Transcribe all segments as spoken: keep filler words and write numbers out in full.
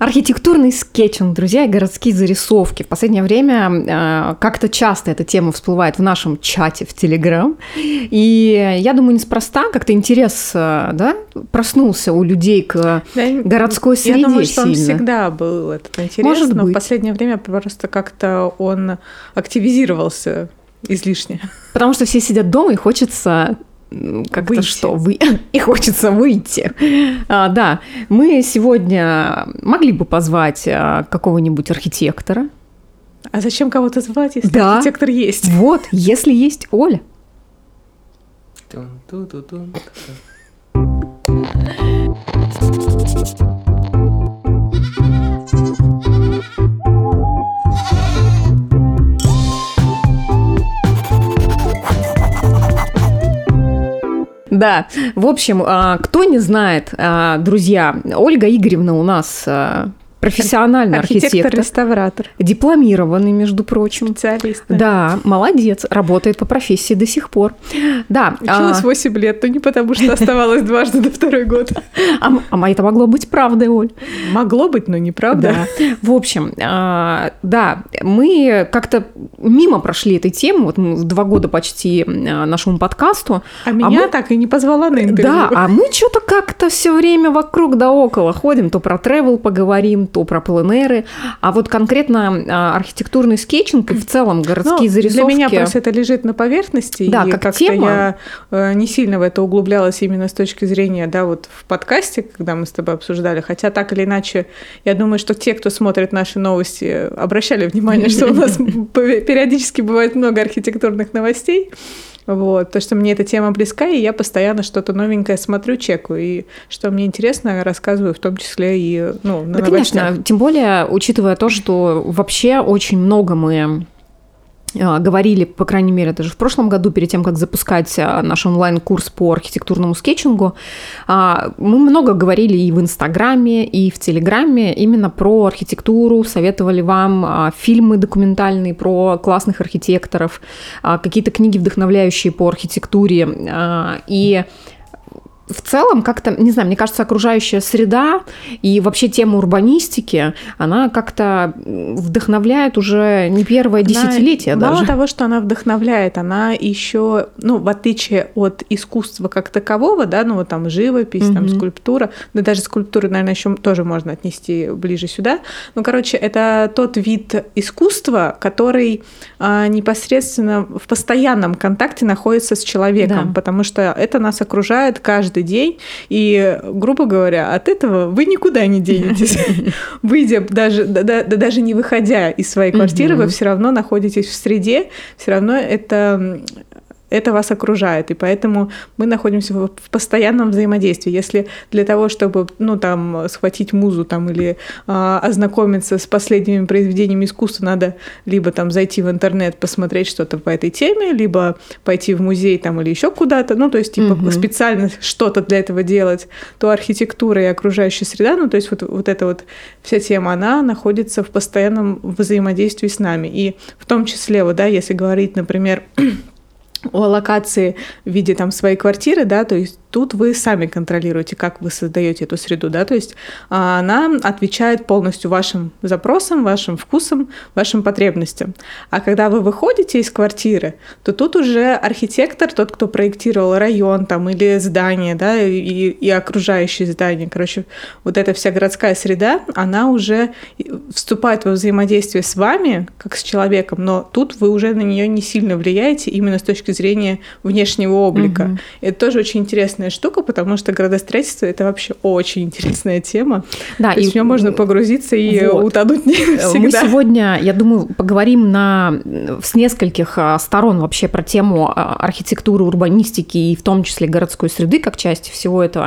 Архитектурный скетчинг, друзья, и городские зарисовки. В последнее время э, как-то часто эта тема всплывает в нашем чате в Телеграм. И я думаю, неспроста как-то интерес э, да, проснулся у людей к да, городской среде. Я думаю, что сильно. он всегда был этот интерес, Может но быть. в последнее время просто как-то он активизировался излишне. Потому что все сидят дома и хочется... Как-то выйти. что, вы... и хочется выйти. А, да, мы сегодня могли бы позвать а, какого-нибудь архитектора. А зачем кого-то звать, если да. архитектор есть? Вот, если есть Оля. Да, в общем, кто не знает, друзья, Ольга Игоревна у нас профессиональный архитектор, архитектор-реставратор. Дипломированный, между прочим. Специалист. Да. да, молодец, работает по профессии до сих пор. Да. Училась а... восемь лет, но не потому, что оставалась дважды до второй год. А, а это могло быть правдой, Оль. Могло быть, но неправда. Да. В общем, а, да, мы как-то мимо прошли этой темы, вот мы два года почти нашему подкасту. А, а меня мы... так и не позвала на интервью. Да, а мы что-то как-то все время вокруг да около ходим, то про тревел поговорим, то про пленэры, а вот конкретно архитектурный скетчинг и в целом городские ну, зарисовки... Для меня просто это лежит на поверхности, да, и как как-то тема... я не сильно в это углублялась именно с точки зрения, да, вот в подкасте, когда мы с тобой обсуждали, хотя так или иначе, я думаю, что те, кто смотрит наши новости, обращали внимание, что у нас периодически бывает много архитектурных новостей. Вот, то, что мне эта тема близка, и я постоянно что-то новенькое смотрю, чекаю, и что мне интересно, рассказываю, в том числе и ну, на да, новостях. Конечно, тем более, учитывая то, что вообще очень много мы говорили, по крайней мере, даже в прошлом году, перед тем, как запускать наш онлайн-курс по архитектурному скетчингу, мы много говорили и в Инстаграме, и в Телеграме именно про архитектуру, советовали вам фильмы документальные про классных архитекторов, какие-то книги, вдохновляющие по архитектуре, и в целом, как-то, не знаю, мне кажется, окружающая среда и вообще тема урбанистики, она как-то вдохновляет уже не первое она, десятилетие мало даже. Мало того, что она вдохновляет, она еще, ну, в отличие от искусства как такового, да, ну, вот там живопись, mm-hmm. там скульптура, да даже скульптуру, наверное, еще тоже можно отнести ближе сюда. Ну, короче, это тот вид искусства, который а, непосредственно в постоянном контакте находится с человеком, да. потому что это нас окружает каждый день, и, грубо говоря, от этого вы никуда не денетесь. Выйдя, даже, да, да, даже не выходя из своей квартиры, вы все равно находитесь в среде, все равно это... это вас окружает, и поэтому мы находимся в постоянном взаимодействии. Если для того, чтобы, ну, там, схватить музу там, или а, ознакомиться с последними произведениями искусства, надо либо там зайти в интернет, посмотреть что-то по этой теме, либо пойти в музей там, или еще куда-то, ну, то есть типа угу. специально что-то для этого делать, то архитектура и окружающая среда, ну, то есть вот, вот эта вот вся тема, она находится в постоянном взаимодействии с нами. И в том числе, вот, да, если говорить, например, о локации в виде там своей квартиры, да, то есть тут вы сами контролируете, как вы создаете эту среду, да, то есть она отвечает полностью вашим запросам, вашим вкусам, вашим потребностям. А когда вы выходите из квартиры, то тут уже архитектор, тот, кто проектировал район там или здание, да, и, и окружающие здания, короче, вот эта вся городская среда, она уже вступает во взаимодействие с вами, как с человеком, но тут вы уже на нее не сильно влияете именно с точки зрения внешнего облика. Угу. Это тоже очень интересная штука, потому что градостроительство — это вообще очень интересная тема. Да, то и есть в нее можно погрузиться и вот. утонуть не всегда. Мы сегодня, я думаю, поговорим на, с нескольких сторон вообще про тему архитектуры, урбанистики и в том числе городской среды как части всего этого.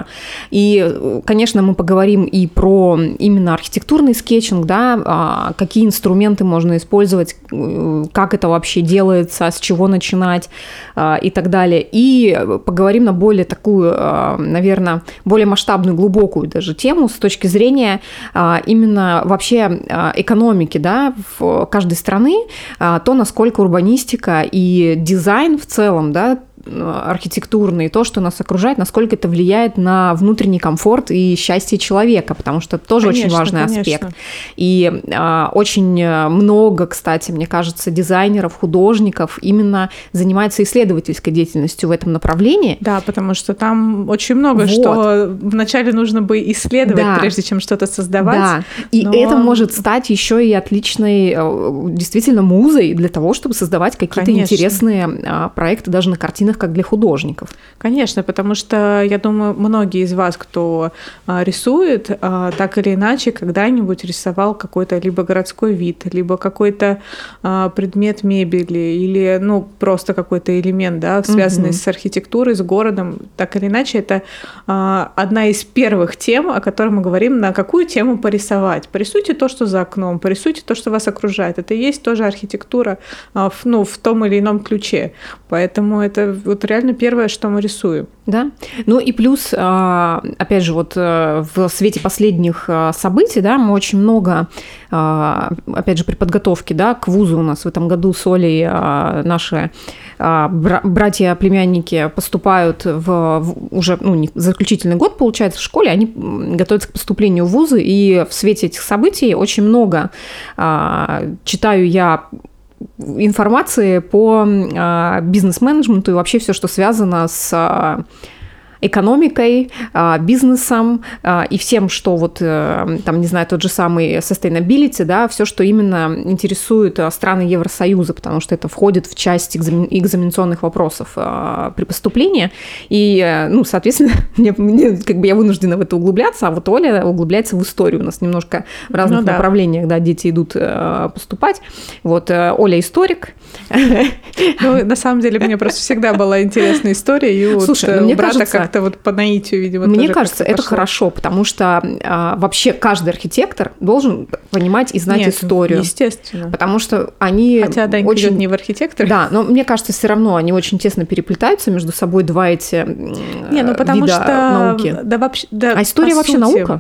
И, конечно, мы поговорим и про именно архитектурный скетчинг, да, какие инструменты можно использовать, как это вообще делается, с чего начинать и так далее. И поговорим на более такую, наверное, более масштабную, глубокую даже тему с точки зрения именно вообще экономики, да, в каждой страны, то, насколько урбанистика и дизайн в целом, да, архитектурный, то, что нас окружает, насколько это влияет на внутренний комфорт и счастье человека, потому что это тоже конечно, очень важный конечно. аспект. И а, очень много, кстати, мне кажется, дизайнеров, художников именно занимается исследовательской деятельностью в этом направлении. Да, потому что там очень много, вот. что вначале нужно бы исследовать, да. прежде чем что-то создавать. Да, и но... это может стать еще и отличной, действительно, музой для того, чтобы создавать какие-то конечно. интересные проекты даже на картинах, как для художников. Конечно, потому что, я думаю, многие из вас, кто рисует, так или иначе когда-нибудь рисовал какой-то либо городской вид, либо какой-то предмет мебели, или ну, просто какой-то элемент, да, связанный угу. с архитектурой, с городом. Так или иначе, это одна из первых тем, о которой мы говорим, на какую тему порисовать. Порисуйте то, что за окном, порисуйте то, что вас окружает. Это и есть тоже архитектура ну, в том или ином ключе. Поэтому это вот реально первое, что мы рисуем. Да. Ну и плюс, опять же, вот в свете последних событий, да, мы очень много, опять же, при подготовке, да, к вузу у нас в этом году с Олей наши братья-племянники поступают в, в уже ну, не, заключительный год, получается, в школе, они готовятся к поступлению в вузы, и в свете этих событий очень много читаю я информации по бизнес-менеджменту и вообще все, что связано с экономикой, бизнесом и всем, что вот, там, не знаю, тот же самый sustainability, да, все, что именно интересует страны Евросоюза, потому что это входит в часть экзаменационных вопросов при поступлении. И, ну, соответственно, мне, мне, как бы я вынуждена в это углубляться, а вот Оля углубляется в историю. У нас немножко в разных ну, да. направлениях, да, дети идут поступать. Вот Оля историк. Ну, на самом деле, мне просто всегда была интересная история, и Слушай, вот ну, мне брата кажется, как-то вот по наитию, видимо, мне кажется, это пошло. Хорошо, потому что а, вообще каждый архитектор должен понимать и знать Нет, историю. Естественно. Потому что они Хотя Данька очень... идёт не в архитектор. Да, но мне кажется, все равно они очень тесно переплетаются между собой, два эти не, ну, потому вида что... науки. Да, вообще, да, а история вообще сути... наука?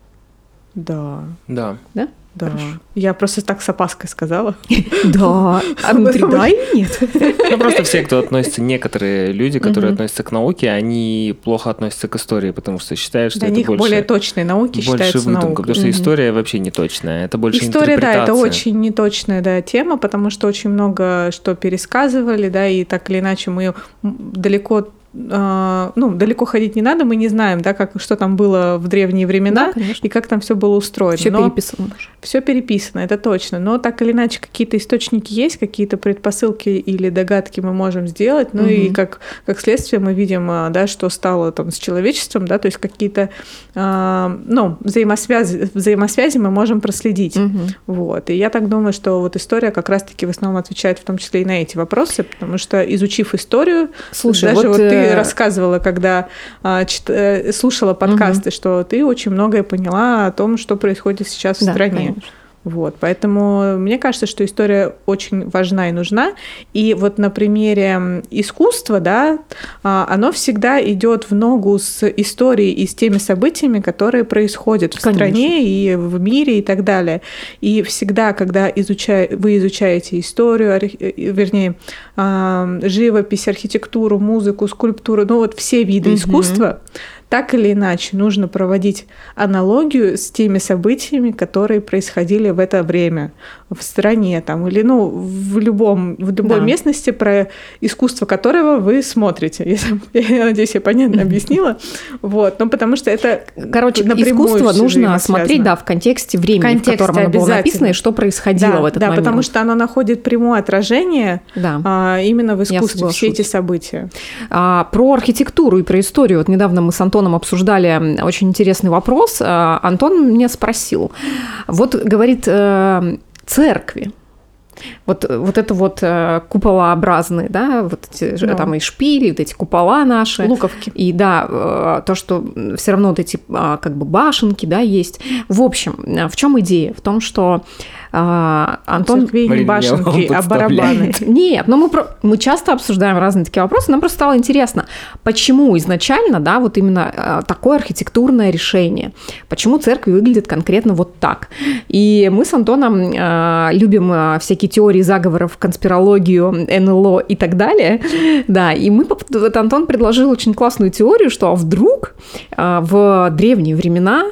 Да. Да. Да? Да. Я просто так с опаской сказала. Да. А внутри да и нет. Ну, просто все, кто относится, некоторые люди, которые относятся к науке, они плохо относятся к истории, потому что считают, что для это них больше... более точные науки считаются наукой. Потому что история вообще не точная, это больше история, интерпретация. История, да, это очень неточная да, тема, потому что очень много что пересказывали, да, и так или иначе мы далеко... ну, далеко ходить не надо, мы не знаем, да, как, что там было в древние времена да, и как там все было устроено. Все переписано. Все переписано, это точно. Но так или иначе какие-то источники есть, какие-то предпосылки или догадки мы можем сделать. Ну угу. и как, как следствие мы видим, да, что стало там с человечеством, да, то есть какие-то ну, взаимосвязи, взаимосвязи мы можем проследить. Угу. Вот. И я так думаю, что вот история как раз-таки в основном отвечает в том числе и на эти вопросы, потому что изучив историю, слушай, даже вот, вот ты рассказывала, когда а, чит, слушала подкасты, угу. что ты очень многое поняла о том, что происходит сейчас в да, стране. Конечно. Вот, поэтому мне кажется, что история очень важна и нужна. И вот на примере искусства, да, оно всегда идет в ногу с историей и с теми событиями, которые происходят в Конечно. стране и в мире и так далее. И всегда, когда изучай, вы изучаете историю, вернее, живопись, архитектуру, музыку, скульптуру, ну вот все виды угу. искусства, так или иначе нужно проводить аналогию с теми событиями, которые происходили в это время в стране там, или ну, в, любом, в любой да. местности, про искусство которого вы смотрите. Если, я надеюсь, я понятно объяснила. Вот. Ну, потому что это Короче, искусство нужно смотреть да, в контексте времени, в, контексте в котором оно было написано, и что происходило да, в этот да, момент. Да, потому что оно находит прямое отражение да. а, именно в искусстве, все эти события. А, про архитектуру и про историю. Вот недавно мы с Антоном обсуждали очень интересный вопрос. Антон меня спросил. Вот, говорит, церкви. Вот, вот это вот куполообразные, да, вот эти, да. там и шпили, вот эти купола наши. Луковки. И да, то, что все равно вот эти как бы башенки, да, есть. В общем, в чем идея? В том, что Антон... Церкви не башенки, а барабаны. Нет, но мы, про... мы часто обсуждаем разные такие вопросы. Нам просто стало интересно, почему изначально, да, вот именно такое архитектурное решение, почему церковь выглядит конкретно вот так. И мы с Антоном любим всякие всякие теории заговоров, конспирологию, эн эл о и так далее. Да, и мы, вот Антон предложил очень классную теорию, что а вдруг в древние времена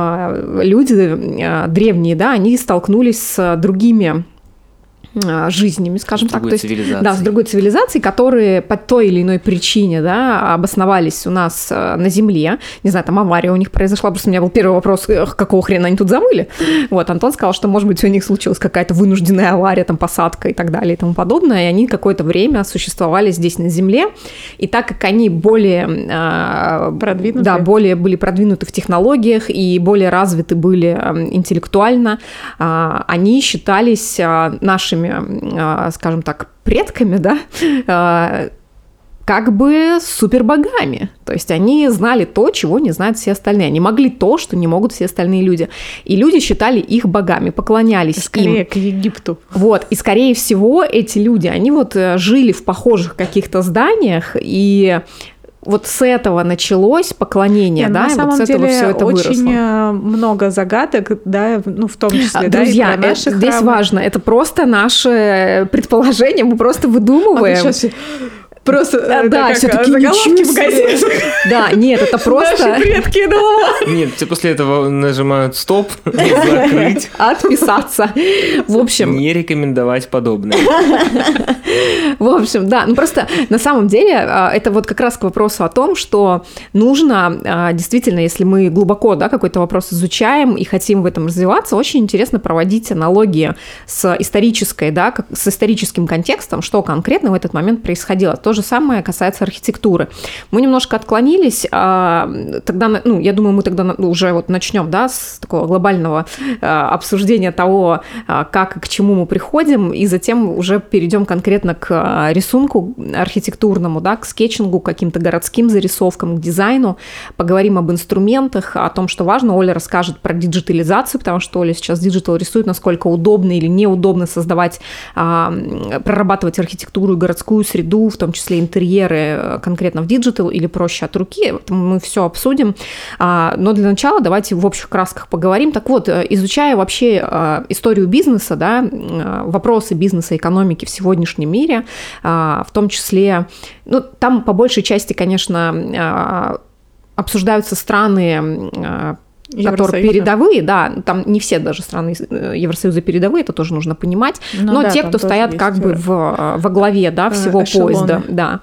люди древние, да, они столкнулись с другими жизнями, скажем так. То есть, да, с другой цивилизацией, которые по той или иной причине, да, обосновались у нас на Земле. Не знаю, там авария у них произошла. Просто у меня был первый вопрос, какого хрена они тут забыли. Вот, Антон сказал, что, может быть, у них случилась какая-то вынужденная авария, там, посадка и так далее и тому подобное, и они какое-то время существовали здесь на Земле. И так как они более... Продвинуты. Да, более были продвинуты в технологиях и более развиты были интеллектуально, они считались нашими, скажем так, предками, да, как бы супербогами. То есть они знали то, чего не знают все остальные. Они могли то, что не могут все остальные люди. И люди считали их богами, поклонялись скорее им. к Египту. Вот. И, скорее всего, эти люди, они вот жили в похожих каких-то зданиях, и вот с этого началось поклонение, Нет, да, на и самом вот с этого деле все это очень выросло. Много загадок, да, ну, в том числе, Друзья, да, и про наши здесь храмы. важно, это просто наше предположение, мы просто выдумываем. А сейчас просто да, это да, как все-таки заголовки в газетах. Да, нет, это просто... Наши предки, да. Нет, все после этого нажимают стоп, закрыть. Отписаться. В общем... Не рекомендовать подобное. В общем, да, ну просто на самом деле это вот как раз к вопросу о том, что нужно действительно, если мы глубоко, да, какой-то вопрос изучаем и хотим в этом развиваться, очень интересно проводить аналогии с исторической, да, с историческим контекстом, что конкретно в этот момент происходило. То же самое касается архитектуры. Мы немножко отклонились, тогда, ну, я думаю, мы тогда уже вот начнем, да, с такого глобального обсуждения того, как и к чему мы приходим, и затем уже перейдем конкретно к рисунку архитектурному, да, к скетчингу, к каким-то городским зарисовкам, к дизайну. Поговорим об инструментах, о том, что важно. Оля расскажет про диджитализацию, потому что Оля сейчас диджитал рисует, насколько удобно или неудобно создавать, прорабатывать архитектуру и городскую среду, в том числе интерьеры конкретно в диджитал или проще от руки. Мы все обсудим. Но для начала давайте в общих красках поговорим. Так вот, изучая вообще историю бизнеса, да, вопросы бизнеса, экономики в сегодняшнем мире, в том числе, ну, там по большей части, конечно, обсуждаются страны, которые передовые, да, там не все даже страны Евросоюза передовые, это тоже нужно понимать, ну, но да, те, кто стоят как бы в, во главе, да, всего эшелоны. Поезда, да,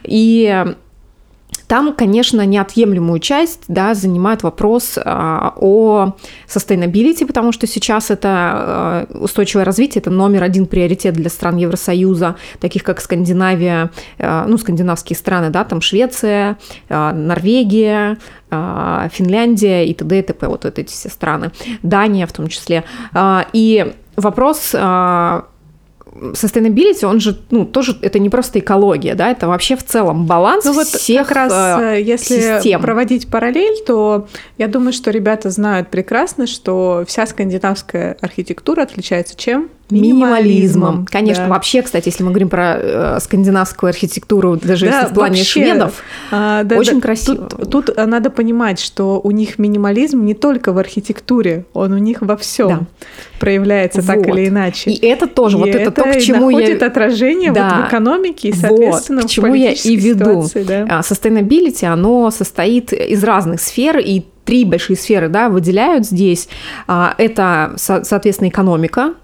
и там, конечно, неотъемлемую часть, да, занимает вопрос а, о sustainability, потому что сейчас это а, устойчивое развитие, это номер один приоритет для стран Евросоюза, таких как Скандинавия, а, ну, скандинавские страны, да, там Швеция, а, Норвегия, а, Финляндия и т.д. и т.п., вот эти все страны, Дания в том числе. А, и вопрос... А, sustainability, он же, ну, тоже, это не просто экология, да, это вообще в целом баланс ну, вот всех как раз, э, если систем. Проводить параллель, то я думаю, что ребята знают прекрасно, что вся скандинавская архитектура отличается чем? Минимализмом. Конечно, да. Вообще, кстати, если мы говорим про э, скандинавскую архитектуру, даже да, если в плане вообще, шведов, а, да, очень да, красиво. Тут, тут надо понимать, что у них минимализм не только в архитектуре, он у них во всем да. проявляется вот. Так или иначе. И это тоже, и вот это, это то, к чему находит я... отражение да. вот в экономике и, соответственно, вот, к чему я и веду. Да. Sustainability, оно состоит из разных сфер, и три большие сферы, да, выделяют здесь. Это, соответственно, экономика,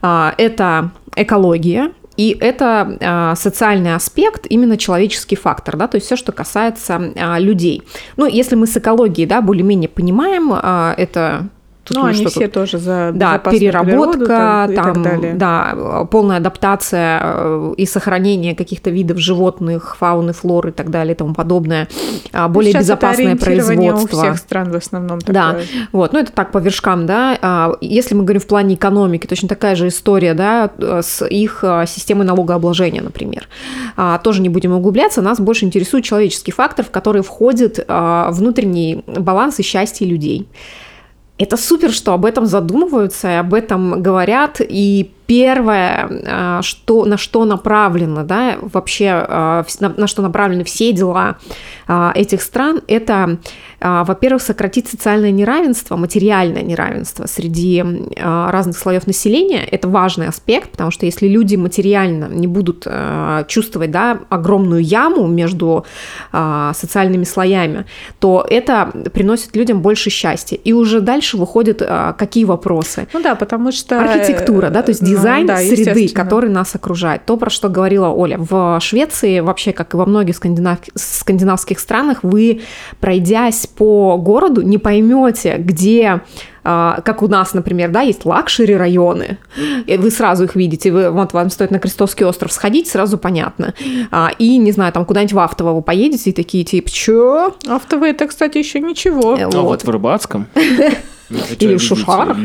это экология, и это социальный аспект, именно человеческий фактор, да, то есть все, что касается людей. Ну, если мы с экологией, да, более-менее понимаем, это... Тут ну, они все тут... тоже за да, переработка, природу, там, и там, так далее. Да, полная адаптация и сохранение каких-то видов животных, фауны, флоры и так далее и тому подобное, более сейчас безопасное это производство. У всех стран в основном такое. Да, вот, ну это так по вершкам, да. Если мы говорим в плане экономики, точно такая же история, да, с их системой налогообложения, например. Тоже не будем углубляться, нас больше интересует человеческий фактор, в который входит внутренний баланс и счастье людей. Это супер, что об этом задумываются, об этом говорят, и первое, что, на что направлено, да, вообще, на, на что направлены все дела этих стран, это во-первых, сократить социальное неравенство, материальное неравенство среди разных слоев населения. Это важный аспект, потому что если люди материально не будут чувствовать, да, огромную яму между социальными слоями, то это приносит людям больше счастья. И уже дальше выходят какие вопросы? Ну да, потому что... Архитектура, да, то есть дизайн, ну, да, среды, который нас окружает. То, про что говорила Оля. В Швеции, вообще, как и во многих скандинав... скандинавских странах, вы, пройдясь по городу, не поймете, где, как у нас, например, да, есть лакшери районы, и вы сразу их видите, вы, вот вам стоит на Крестовский остров сходить, сразу понятно. И, не знаю, там куда-нибудь в Автово вы поедете и такие, типа, чё? Автово — это, кстати, еще ничего. А вот, вот в Рыбацком... Или в Шушарах.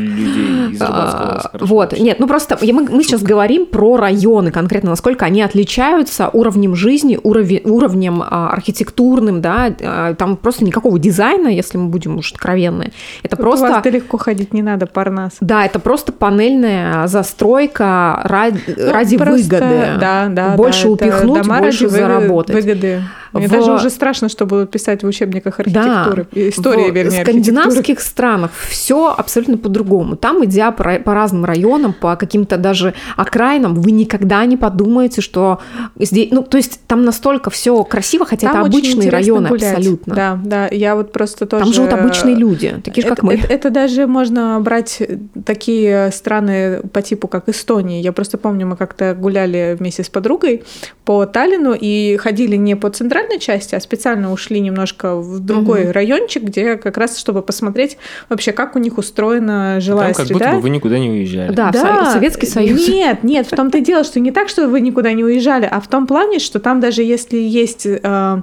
А, вот, нет, ну просто мы, мы сейчас говорим про районы конкретно, насколько они отличаются уровнем жизни, уровень, уровнем а, архитектурным, да, а, там просто никакого дизайна, если мы будем уж откровенны. Это Тут просто... у вас далеко ходить не надо, Парнас. Да, это просто панельная застройка ради, ну, ради просто, выгоды. Да, да, больше да, упихнуть, больше заработать. Выгоды. Мне в... даже уже страшно, что будут писать в учебниках архитектуры, да, истории, в вернее, скандинавских странах все абсолютно по-другому. Там, идя по, по разным районам, по каким-то даже окраинам, вы никогда не подумаете, что здесь... Ну, то есть там настолько все красиво, хотя там это обычные районы гулять. Абсолютно. Да, да, я вот просто тоже... Там живут обычные люди, такие же, как это, мы. Это, это даже можно брать такие страны по типу, как Эстония. Я просто помню, мы как-то гуляли вместе с подругой по Таллину и ходили не по центральной части, а специально ушли немножко в другой угу. райончик, где как раз, чтобы посмотреть вообще, как у них устроена жилая там как среда. будто бы вы никуда не уезжали. Да, да, в Советский Союз. Нет, нет, в том-то и дело, что не так, что вы никуда не уезжали, а в том плане, что там даже если есть э,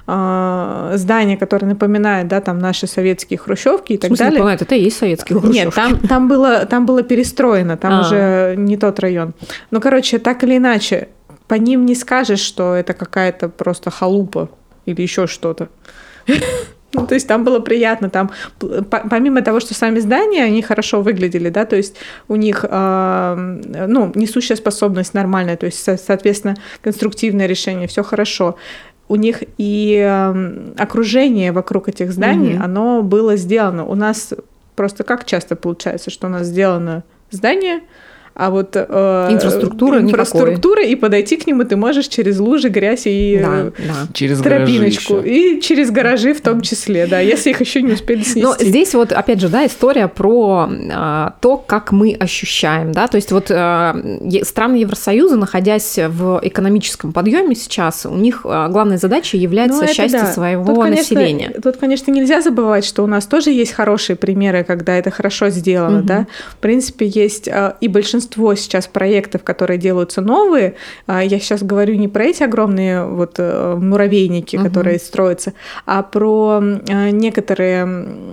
э, здание, которое напоминает, да, там наши советские хрущевки и так в смысле, далее. Напоминает? Это и есть советские хрущевки. Нет, там, там, было, там было перестроено, там А-а-а. уже не тот район. Ну, короче, так или иначе, по ним не скажешь, что это какая-то просто халупа или еще что-то. Ну, то есть там было приятно, там, помимо того, что сами здания, они хорошо выглядели, да, то есть у них, э, ну, несущая способность нормальная, то есть, соответственно, конструктивное решение, все хорошо. У них и э, окружение вокруг этих зданий, mm-hmm. оно было сделано. У нас просто как часто получается, что у нас сделано здание, а вот э, инфраструктура, инфраструктура и подойти к нему ты можешь через лужи, грязь и да, да. через тропиночку. И через гаражи в том числе, да, если их еще не успели снести. Но здесь вот, опять же, да, история про э, то, как мы ощущаем, да, то есть вот э, страны Евросоюза, находясь в экономическом подъеме сейчас, у них э, главной задачей является ну, счастье да. своего тут, конечно, населения. Тут, конечно, нельзя забывать, что у нас тоже есть хорошие примеры, когда это хорошо сделано, угу. да. В принципе, есть э, и большинство сейчас проектов, которые делаются новые. Я сейчас говорю не про эти огромные вот муравейники, угу. которые строятся, а про некоторые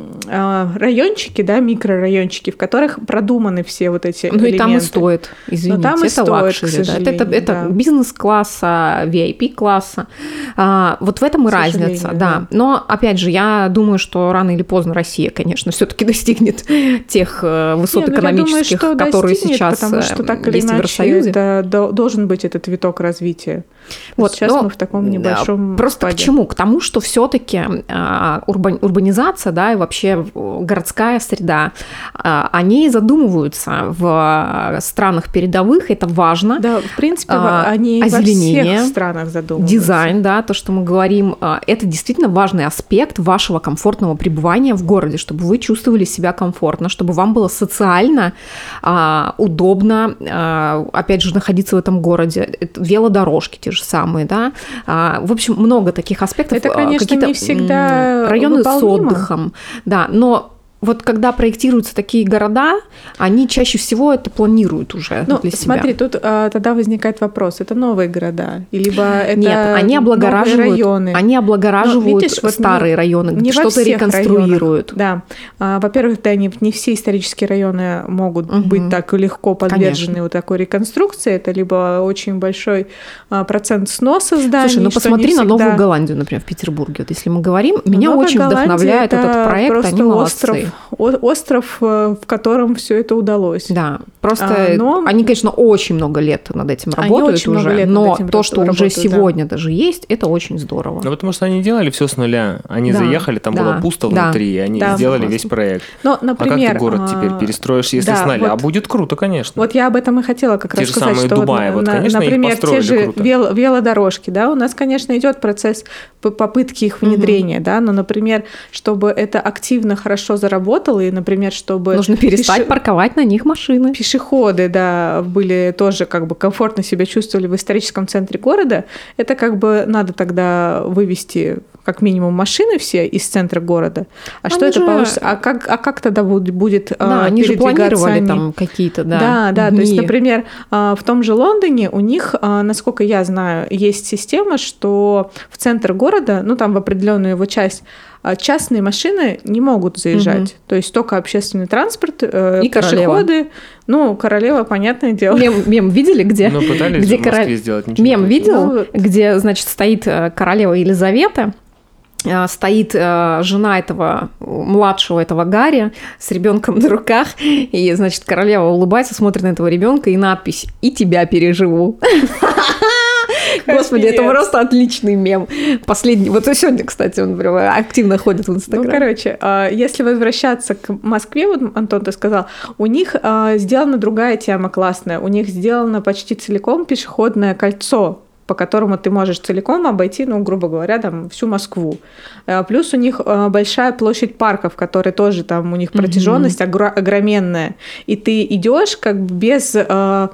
райончики, да, микрорайончики, в которых продуманы все вот эти ну, элементы. Ну и там и стоит, извините, Но там это и стоит, лакшери, да. это, это, это да. бизнес-класса, ви ай пи-класса. А, вот в этом и разница, да. да. Но, опять же, я думаю, что рано или поздно Россия, конечно, все-таки достигнет тех высот Не, экономических, думаю, которые сейчас потому что так или иначе это должен быть этот виток развития. Вот сейчас но, мы в таком небольшом просто спаде. К чему? К тому, что все-таки урбан, урбанизация, да, и вообще городская среда, они задумываются в странах передовых, это важно. Да, в принципе, а, они озеленение, во всех странах задумываются. Дизайн, да, то, что мы говорим, это действительно важный аспект вашего комфортного пребывания в городе, чтобы вы чувствовали себя комфортно, чтобы вам было социально а, удобно, а, опять же, находиться в этом городе. Велодорожки те же самые, да. А, в общем, много таких аспектов. Это, конечно, какие-то не всегда районы выполнимо. С отдыхом, да, но вот когда проектируются такие города, они чаще всего это планируют уже ну, для себя. Смотри, тут а, тогда возникает вопрос: это новые города, либо это Нет, они облагораживают, новые районы? Они облагораживают Но, видишь, вот старые не, районы, не что-то реконструируют. Районах. Да, а, во-первых, да, не, не все исторические районы могут угу. быть так легко подвержены Конечно. Вот такой реконструкции. Это либо очень большой а, процент сноса зданий. Слушай, ну посмотри всегда... на Новую Голландию, например, в Петербурге. Вот если мы говорим, меня Новая очень Голландия вдохновляет этот проект, они молодцы. Остров остров, в котором все это удалось. Да, просто а, но... они, конечно, очень много лет над этим они работают очень уже, много лет но над этим то, что работают, уже сегодня да. даже есть, это очень здорово. Ну, потому что они делали все с нуля. Они да. заехали, там да. было пусто да. внутри, и они да, сделали согласна. Весь проект. Но, например, а как ты город теперь перестроишь, если да, с нуля? Вот, а будет круто, конечно. Вот я об этом и хотела как те раз сказать, что Дубаи, вот, вот, конечно, например, те же круто. велодорожки, да, у нас, конечно, идет процесс попытки их внедрения, угу. да, но, например, чтобы это активно хорошо заработало, и, например, чтобы... Нужно перестать пеше... парковать на них машины. Пешеходы, да, были тоже как бы комфортно себя чувствовали в историческом центре города, это как бы надо тогда вывести как минимум машины все из центра города. А они что это же... получится? А как, а как тогда будет да, они же планировали они... там какие-то, да. Да, да, дни. То есть, например, в том же Лондоне у них, насколько я знаю, есть система, что в центр города, ну там в определенную его часть, частные машины не могут заезжать. Угу. То есть только общественный транспорт, и пешеходы. Королева. Ну, королева, понятное дело. Мем, мем видели, где? Ну, пытались где в Москве кор... сделать ничего. Мем видел, ну, где, значит, стоит королева Елизавета, стоит жена этого младшего этого Гарри с ребенком на руках, и, значит, королева улыбается, смотрит на этого ребенка, и надпись «И тебя переживу». Господи, это просто отличный мем. Последний, вот сегодня, кстати, он прям активно ходит в Инстаграм. Ну, короче, если возвращаться к Москве, вот, Антон, ты сказал, у них сделана другая тема классная, у них сделано почти целиком пешеходное кольцо, по которому ты можешь целиком обойти, ну, грубо говоря, там, всю Москву. Плюс у них большая площадь парков, которые тоже там, у них протяженность mm-hmm. огроменная. И ты идешь как бы без э,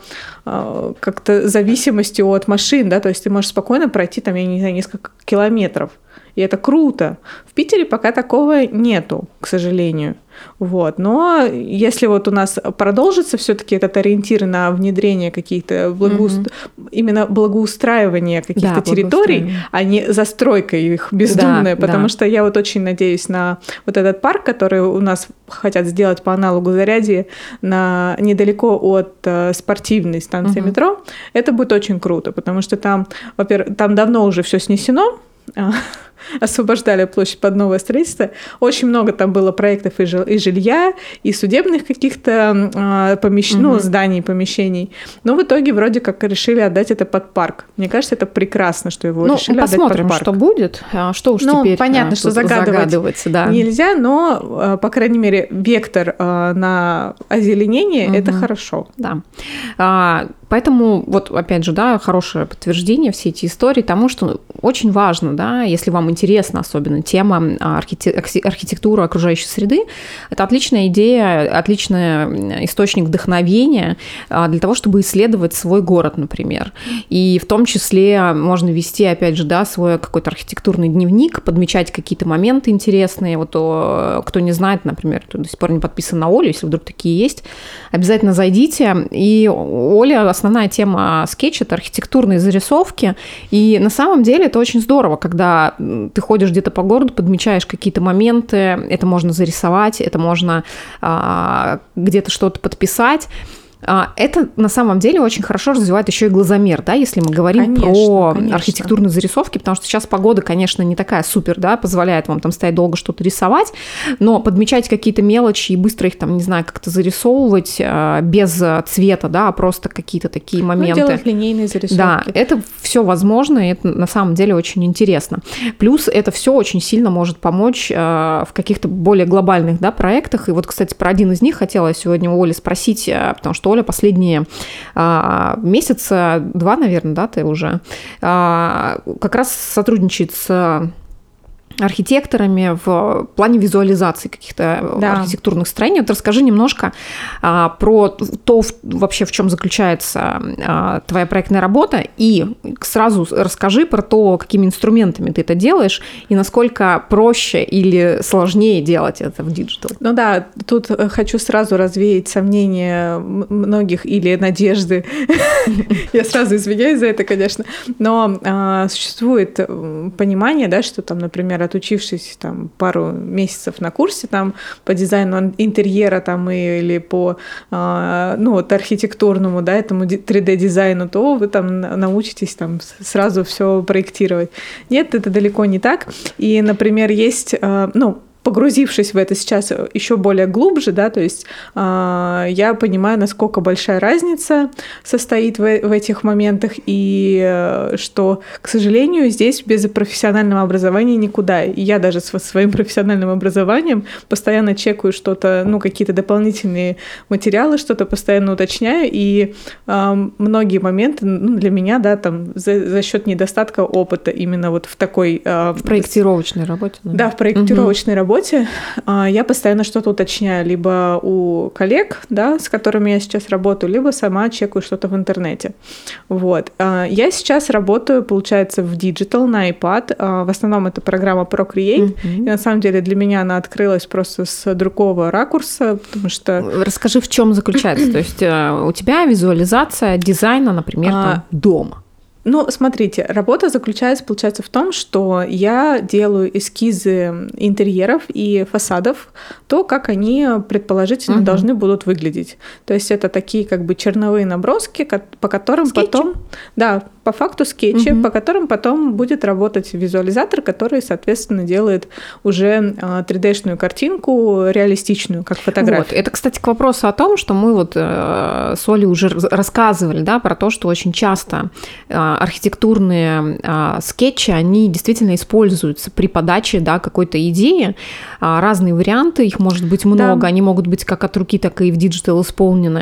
э, как-то зависимости от машин, да, то есть ты можешь спокойно пройти там, я не знаю, несколько километров. И это круто. В Питере пока такого нету, к сожалению. Вот. Но если вот у нас продолжится все-таки этот ориентир на внедрение каких-то благоуст... mm-hmm. именно благоустраивания каких-то да, территорий, а не застройка их бездумная, да, потому да. что я вот очень надеюсь на вот этот парк, который у нас хотят сделать по аналогу Зарядье на... недалеко от э, спортивной станции mm-hmm. метро. Это будет очень круто, потому что там, во-первых, там давно уже все снесено, освобождали площадь под новое строительство. Очень много там было проектов и, жил, и жилья, и судебных каких-то э, помещ... угу. ну, зданий, помещений. Но в итоге вроде как решили отдать это под парк. Мне кажется, это прекрасно, что его ну, решили отдать под парк. Посмотрим, что будет. Что уж ну, теперь понятно, что загадывать да. нельзя, но, по крайней мере, вектор на озеленение угу. – это хорошо. Да. А, поэтому, вот опять же, да, хорошее подтверждение все эти истории тому, что очень важно, да, если вам интересна особенно тема архитек- архитектуры окружающей среды, это отличная идея, отличный источник вдохновения для того, чтобы исследовать свой город, например. И в том числе можно вести, опять же, да, свой какой-то архитектурный дневник, подмечать какие-то моменты интересные. Вот кто не знает, например, кто до сих пор не подписан на Олю, если вдруг такие есть, обязательно зайдите. И Оля, основная тема скетч – это архитектурные зарисовки. И на самом деле это очень здорово, когда ты ходишь где-то по городу, подмечаешь какие-то моменты, это можно зарисовать, это можно а, где-то что-то подписать. Это на самом деле очень хорошо развивает еще и глазомер, да, если мы говорим конечно, про конечно. архитектурные зарисовки, потому что сейчас погода, конечно, не такая супер, да, позволяет вам там стоять долго что-то рисовать, но подмечать какие-то мелочи и быстро их там, не знаю, как-то зарисовывать без цвета, да, а просто какие-то такие моменты. Ну, делать линейные зарисовки. Да, это все возможно, и это на самом деле очень интересно. Плюс это все очень сильно может помочь в каких-то более глобальных, да, проектах. И вот, кстати, про один из них хотела сегодня у Оли спросить, потому что Оля последние а, месяца, два, наверное, да, ты уже, а, как раз сотрудничает с архитекторами в плане визуализации каких-то да. архитектурных строений. Вот расскажи немножко а, про то, в, вообще в чем заключается а, твоя проектная работа, и сразу расскажи про то, какими инструментами ты это делаешь, и насколько проще или сложнее делать это в диджитал. Ну да, тут хочу сразу развеять сомнения многих или надежды. Я сразу извиняюсь за это, конечно, но существует понимание, да, что там, например, отучившись там пару месяцев на курсе там по дизайну интерьера там или по ну вот архитектурному, да, этому три дэ дизайну, то вы там научитесь там сразу все проектировать. Нет, это далеко не так. И, например, есть ну погрузившись в это сейчас еще более глубже, да, то есть э, я понимаю, насколько большая разница состоит в, в этих моментах, и э, что, к сожалению, здесь без профессионального образования никуда. И я даже со своим профессиональным образованием постоянно чекаю что-то, ну, какие-то дополнительные материалы, что-то постоянно уточняю, и э, многие моменты, ну, для меня, да, там, за, за счет недостатка опыта именно вот в такой... Э, в проектировочной работе. Да, да в проектировочной угу. работе э, я постоянно что-то уточняю, либо у коллег, да, с которыми я сейчас работаю, либо сама чекаю что-то в интернете. Вот. Э, я сейчас работаю, получается, в Digital на iPad. Э, в основном это программа Procreate. Угу. И на самом деле для меня она открылась просто с другого ракурса, потому что... Расскажи, в чем заключается? То есть у тебя визуализация дизайна, например, а... там, дома. Ну, смотрите, работа заключается, получается, в том, что я делаю эскизы интерьеров и фасадов, то, как они предположительно угу. должны будут выглядеть. То есть это такие как бы черновые наброски, по которым скетчи? потом... Да, по факту скетчи, угу. по которым потом будет работать визуализатор, который, соответственно, делает уже три дэ-шную картинку, реалистичную, как фотографию. Вот. Это, кстати, к вопросу о том, что мы вот с Олей уже рассказывали, да, про то, что очень часто архитектурные а, скетчи, они действительно используются при подаче, да, какой-то идеи. А, разные варианты, их может быть много, да. Они могут быть как от руки, так и в диджитал исполнены.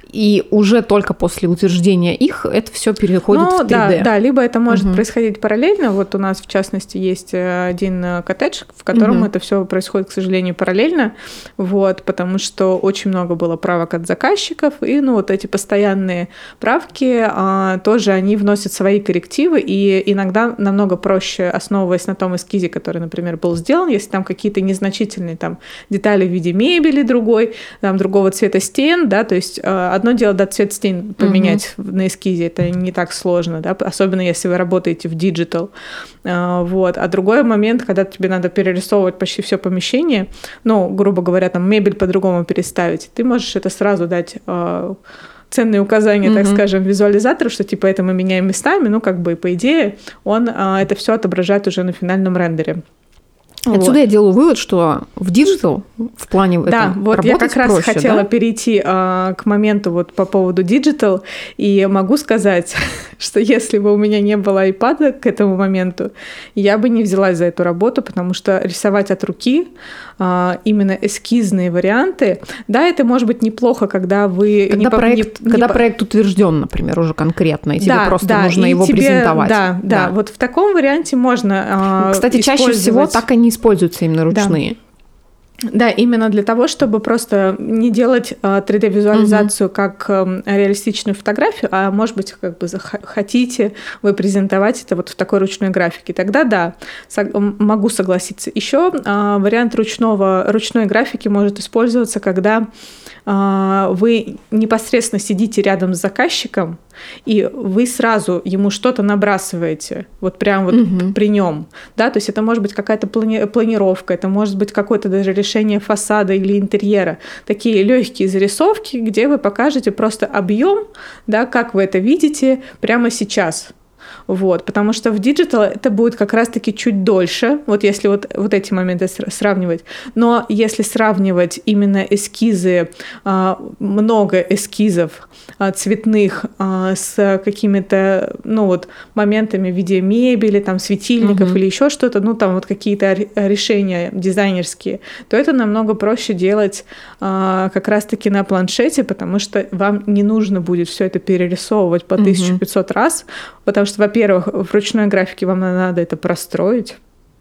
И уже только после утверждения их это все переходит ну, в три дэ. Да, да, либо это может угу. происходить параллельно. Вот у нас, в частности, есть один коттедж, в котором угу. это все происходит, к сожалению, параллельно, вот, потому что очень много было правок от заказчиков, и ну, вот эти постоянные правки а, тоже они вносят свои коррективы, и иногда намного проще, основываясь на том эскизе, который, например, был сделан, если там какие-то незначительные там детали в виде мебели другой, там другого цвета стен, да, то есть одно дело, да, цвет стен поменять угу. на эскизе, это не так сложно, да, особенно если вы работаете в диджитал, вот, а другой момент, когда тебе надо перерисовывать почти все помещение, ну, грубо говоря, там мебель по-другому переставить, ты можешь это сразу дать ценные указания, mm-hmm. так скажем, визуализатору, что типа это мы меняем местами, ну как бы по идее он а, это все отображает уже на финальном рендере. Отсюда вот. Я делаю вывод, что в диджитал в плане да, этом вот я как раз проще, хотела да? перейти а, к моменту вот по поводу диджитал, и могу сказать, что если бы у меня не было iPad к этому моменту, я бы не взялась за эту работу, потому что рисовать от руки а, именно эскизные варианты, да, это может быть неплохо, когда вы... Когда, не, проект, не, когда не, проект утвержден, например, уже конкретно, и тебе да, просто да, нужно его тебе, презентовать. Да, да, да, вот в таком варианте можно Кстати, чаще всего так и не используются именно ручные. Да. Да, именно для того, чтобы просто не делать три дэ-визуализацию угу. как реалистичную фотографию, а может быть, как бы хотите вы презентовать это вот в такой ручной графике. Тогда да, могу согласиться. Еще вариант ручного, ручной графики может использоваться, когда вы непосредственно сидите рядом с заказчиком, и вы сразу ему что-то набрасываете, вот прям вот угу. при нем, да, то есть это может быть какая-то плани- планировка, это может быть какое-то даже решение фасада или интерьера, такие легкие зарисовки, где вы покажете просто объем, да, как вы это видите прямо сейчас. Вот, потому что в диджитал это будет как раз-таки чуть дольше, вот если вот, вот эти моменты сравнивать. Но если сравнивать именно эскизы, много эскизов цветных с какими-то, ну вот, моментами в виде мебели, там, светильников угу. или еще что-то, ну, там вот какие-то решения дизайнерские, то это намного проще делать как раз-таки на планшете, потому что вам не нужно будет все это перерисовывать по тысяча пятьсот угу. раз, потому что, во-первых, в ручной графике вам надо это простроить.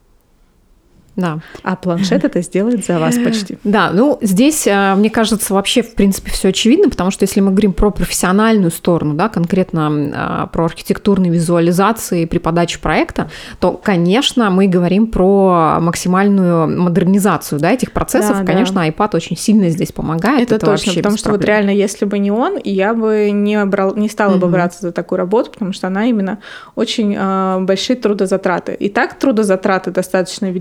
Да. А планшет это сделает за вас почти. Да, ну здесь, мне кажется, вообще, в принципе, все очевидно, потому что если мы говорим про профессиональную сторону, да, конкретно про архитектурные визуализации при подаче проекта, то, конечно, мы говорим про максимальную модернизацию, да, этих процессов. Да, конечно, да. iPad очень сильно здесь помогает. Это, это точно, потому что вот реально, если бы не он, я бы не, брал, не стала бы браться за такую работу, потому что она именно очень э, большие трудозатраты. И так трудозатраты достаточно велики, потому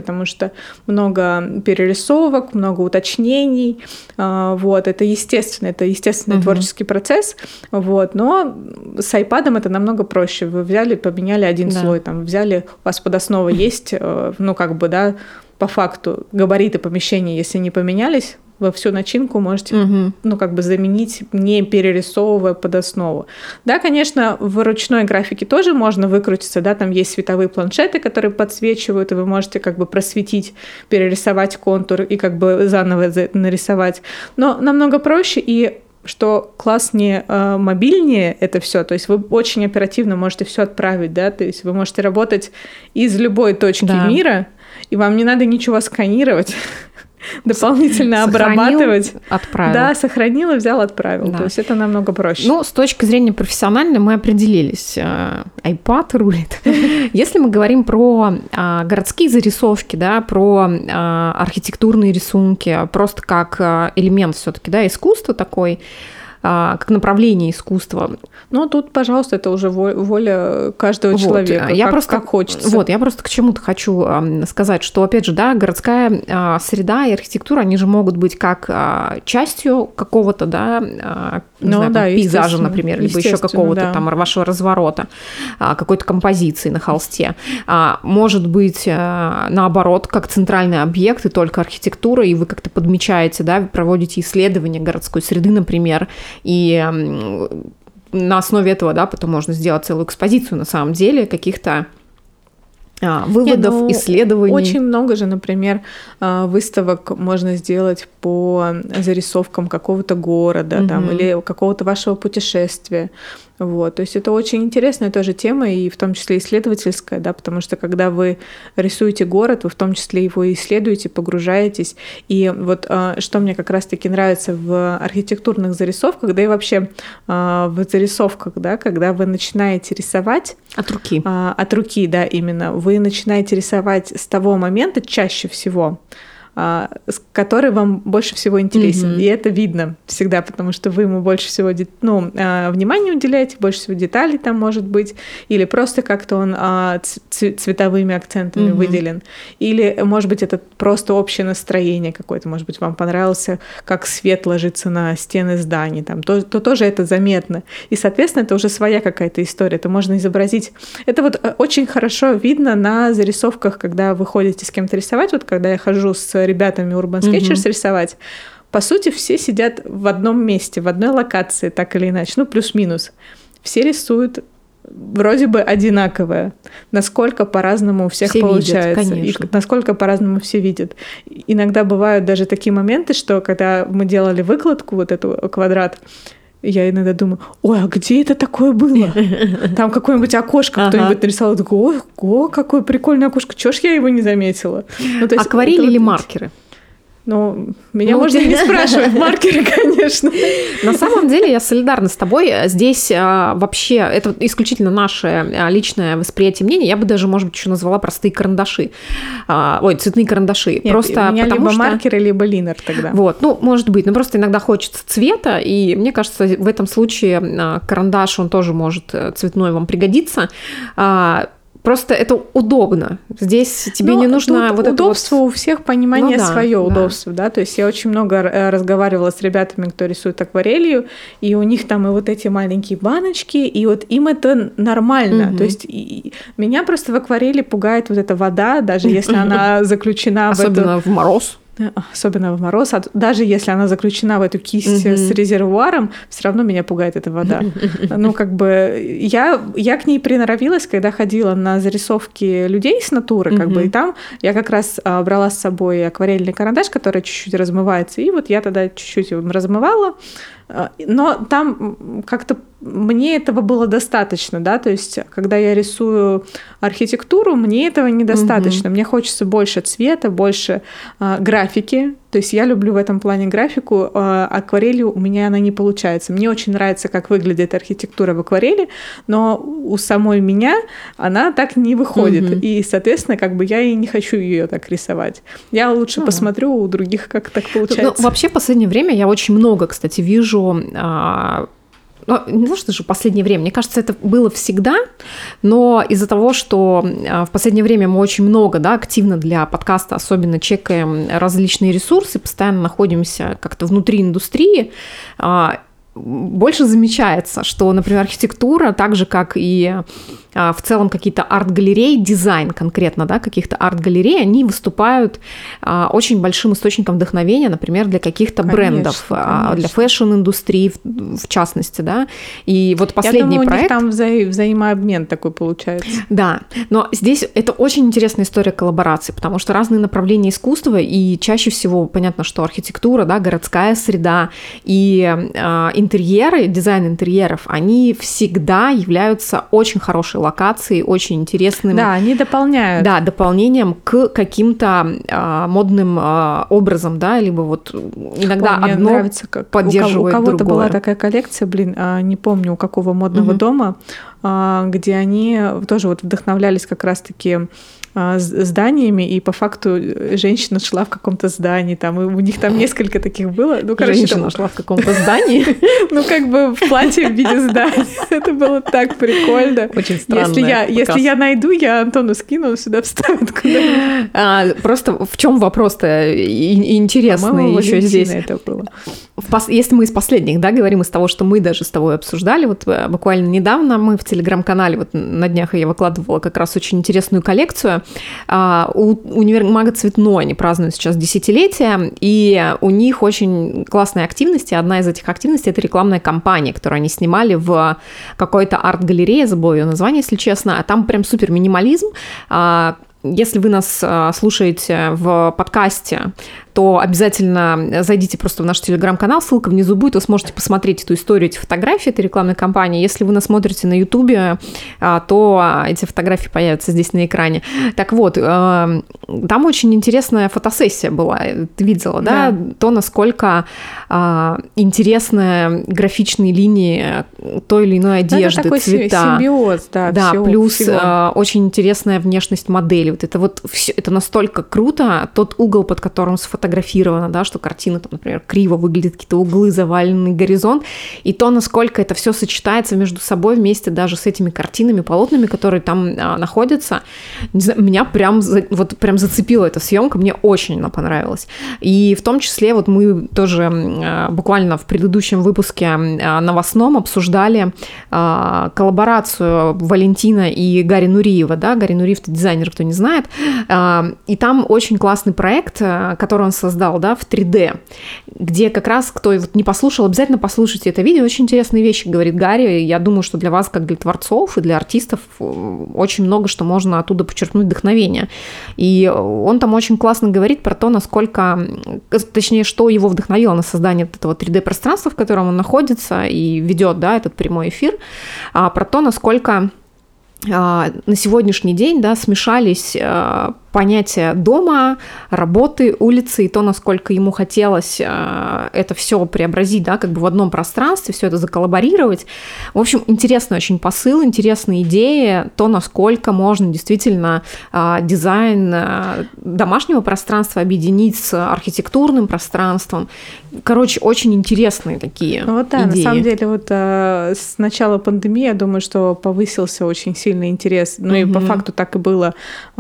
потому что много перерисовок, много уточнений, вот, это естественно, это естественный угу. творческий процесс, вот, но с iPad'ом это намного проще, вы взяли, поменяли один да. слой, там, взяли, у вас под основой есть, ну, как бы, да, по факту габариты помещения, если не поменялись, вы всю начинку можете, угу. ну, как бы заменить, не перерисовывая под основу. Да, конечно, в ручной графике тоже можно выкрутиться, да, там есть световые планшеты, которые подсвечивают, и вы можете как бы просветить, перерисовать контур и как бы заново нарисовать. Но намного проще, и что класснее, э, мобильнее это все, то есть вы очень оперативно можете все отправить, да, то есть вы можете работать из любой точки да. мира, и вам не надо ничего сканировать, дополнительно сохранил, обрабатывать. Отправил. Да, сохранил и взял, отправил. Да. То есть это намного проще. Ну, с точки зрения профессиональной мы определились. iPad рулит. Если мы говорим про а, городские зарисовки, да, про а, архитектурные рисунки, просто как а, элемент все-таки, да, искусства такой, как направление искусства. Ну, тут, пожалуйста, это уже воля каждого вот. человека, я как, просто, как хочется. Вот, я просто к чему-то хочу сказать, что, опять же, да, городская среда и архитектура, они же могут быть как частью какого-то, да, не ну, знаю, да, пейзажа, например, либо еще какого-то да. там вашего разворота, какой-то композиции на холсте. Может быть, наоборот, как центральный объект и только архитектура, и вы как-то подмечаете, да, проводите исследования городской среды, например, и на основе этого, да, потом можно сделать целую экспозицию на самом деле каких-то а, выводов, Не, ну, исследований. Очень много же, например, выставок можно сделать по зарисовкам какого-то города, угу. там, или какого-то вашего путешествия. Вот. То есть это очень интересная тоже тема, и в том числе исследовательская, да, потому что когда вы рисуете город, вы в том числе его исследуете, погружаетесь. И вот что мне как раз-таки нравится в архитектурных зарисовках, да и вообще в зарисовках, да, когда вы начинаете рисовать... От руки. От руки, да, именно. Вы начинаете рисовать с того момента чаще всего, который вам больше всего интересен. Mm-hmm. И это видно всегда, потому что вы ему больше всего ну, внимания уделяете, больше всего деталей там может быть, или просто как-то он цветовыми акцентами mm-hmm. выделен. Или, может быть, это просто общее настроение какое-то, может быть, вам понравился, как свет ложится на стены зданий, там, то, то тоже это заметно. И, соответственно, это уже своя какая-то история. Это можно изобразить. Это вот очень хорошо видно на зарисовках, когда вы ходите с кем-то рисовать, вот когда я хожу с ребятами Urban Sketchers mm-hmm. рисовать, по сути, все сидят в одном месте, в одной локации, так или иначе, ну, плюс-минус. Все рисуют вроде бы одинаковое. Насколько по-разному у всех все получается. Видят, и насколько по-разному все видят. Иногда бывают даже такие моменты, что когда мы делали выкладку, вот эту квадрат, я иногда думаю, ой, а где это такое было? Там какое-нибудь окошко ага. кто-нибудь нарисовал. Я такой, ой, о, какое прикольное окошко, чего ж я его не заметила? Ну, то есть, акварель или вот... маркеры? Ну, меня ну, можно не спрашивать, маркеры, конечно. На самом деле я солидарна с тобой. Здесь а, вообще, это исключительно наше а, личное восприятие мнения. Я бы даже, может быть, еще назвала простые карандаши. А, ой, цветные карандаши. Нет, просто у меня потому либо что... маркеры, либо линер тогда. Вот, ну, может быть. Но просто иногда хочется цвета, и мне кажется, в этом случае а, карандаш, он тоже может цветной вам пригодиться. А, Просто это удобно. Здесь тебе Но не нужно вот удобство это вот... у всех, понимание ну, да, свое да. удобство, да. То есть я очень много разговаривала с ребятами, кто рисует акварелью, и у них там и вот эти маленькие баночки, и вот им это нормально. Угу. То есть и... меня просто в акварели пугает вот эта вода, даже если она заключена в эту... Особенно в мороз. Особенно в мороз, даже если она заключена в эту кисть mm-hmm. с резервуаром, все равно меня пугает эта вода. Ну, как бы я, я к ней приноровилась, когда ходила на зарисовки людей с натуры, как mm-hmm. бы, и там я как раз брала с собой акварельный карандаш, который чуть-чуть размывается, и вот я тогда чуть-чуть его размывала, но там как-то мне этого было достаточно, да, то есть когда я рисую архитектуру, мне этого недостаточно, mm-hmm. мне хочется больше цвета, больше э, графики, то есть я люблю в этом плане графику, э, акварелью у меня она не получается. Мне очень нравится, как выглядит архитектура в акварели, но у самой меня она так не выходит, mm-hmm. и, соответственно, как бы я и не хочу ее так рисовать. Я лучше mm-hmm. посмотрю у других, как так получается. Ну, вообще, в последнее время я очень много, кстати, вижу... А... ну, не то, что же в последнее время, мне кажется, это было всегда, но из-за того, что в последнее время мы очень много, да, активно для подкаста особенно чекаем различные ресурсы, постоянно находимся как-то внутри индустрии, больше замечается, что, например, архитектура, так же, как и в целом какие-то арт-галереи, дизайн конкретно, да, каких-то арт-галерей, они выступают очень большим источником вдохновения, например, для каких-то конечно, брендов, конечно. Для фэшн-индустрии в, в частности, да. И вот последний Я думаю, проект... у них там вза- взаимообмен такой получается. Да, но здесь это очень интересная история коллаборации, потому что разные направления искусства, и чаще всего понятно, что архитектура, да, городская среда и э, интерьеры, дизайн интерьеров, они всегда являются очень хорошей локацией, очень интересным. Да, они дополняют. Да, дополнением к каким-то э, модным э, образом, да, либо вот иногда О, мне одно нравится, как поддерживает у кого-то другое. Была такая коллекция, блин, не помню у какого модного угу. дома, где они тоже вот вдохновлялись как раз-таки зданиями, и по факту женщина шла в каком-то здании, там, и у них там несколько таких было. Ну, короче, женщина там... шла в каком-то здании? Ну, как бы в платье в виде здания. Это было так прикольно. Очень странно. Если я, если я найду, я Антону скину, он сюда вставит куда-нибудь. А, просто в чем вопрос-то интересный еще здесь? Это было. Если мы из последних, да, говорим из того, что мы даже с тобой обсуждали, вот буквально недавно мы в Телеграм-канале, вот на днях я выкладывала как раз очень интересную коллекцию. У универмага «Цветной» они празднуют сейчас десятилетие, и у них очень классные активности. Одна из этих активностей – это рекламная кампания, которую они снимали в какой-то арт-галерее, забыла ее название, если честно, а там прям супер минимализм. Если вы нас слушаете в подкасте, то обязательно зайдите просто в наш телеграм-канал, ссылка внизу будет, вы сможете посмотреть эту историю, эти фотографии этой рекламной кампании. Если вы нас смотрите на ютубе, то эти фотографии появятся здесь на экране. Так вот, там очень интересная фотосессия была, ты видела, да? да? То, насколько интересные графичные линии той или иной одежды, это такой цвета. Симбиоз, да, да, всего, плюс всего. Очень интересная внешность модели. Вот это вот все, это настолько круто, тот угол, под которым сфотографировано, да, что картина, там, например, криво выглядит, какие-то углы, заваленный горизонт, и то, насколько это все сочетается между собой вместе даже с этими картинами, полотнами, которые там а, находятся. Не знаю, меня прям, вот, прям зацепила эта съемка, мне очень она понравилась. И в том числе вот мы тоже а, буквально в предыдущем выпуске а, новостном обсуждали а, коллаборацию Валентина и Гарри Нуриева, да, Гарри Нуриев — это дизайнер, кто не знает, а, и там очень классный проект, который он создал, да, в три дэ, где как раз, кто вот не послушал, обязательно послушайте это видео, очень интересные вещи говорит Гарри. Я думаю, что для вас, как для творцов и для артистов, очень много что можно оттуда почерпнуть вдохновение. И он там очень классно говорит про то, насколько, точнее, что его вдохновило на создание этого три дэ-пространства, в котором он находится и ведет, да, этот прямой эфир, про то, насколько на сегодняшний день, да, смешались понятия дома, работы, улицы, и то, насколько ему хотелось это все преобразить, да, как бы в одном пространстве, все это заколлаборировать. В общем, интересный очень посыл, интересные идеи, то, насколько можно действительно дизайн домашнего пространства объединить с архитектурным пространством. Короче, очень интересные такие ну, вот да, идеи. На самом деле, вот с начала пандемии, я думаю, что повысился очень сильный интерес, ну mm-hmm. и по факту так и было,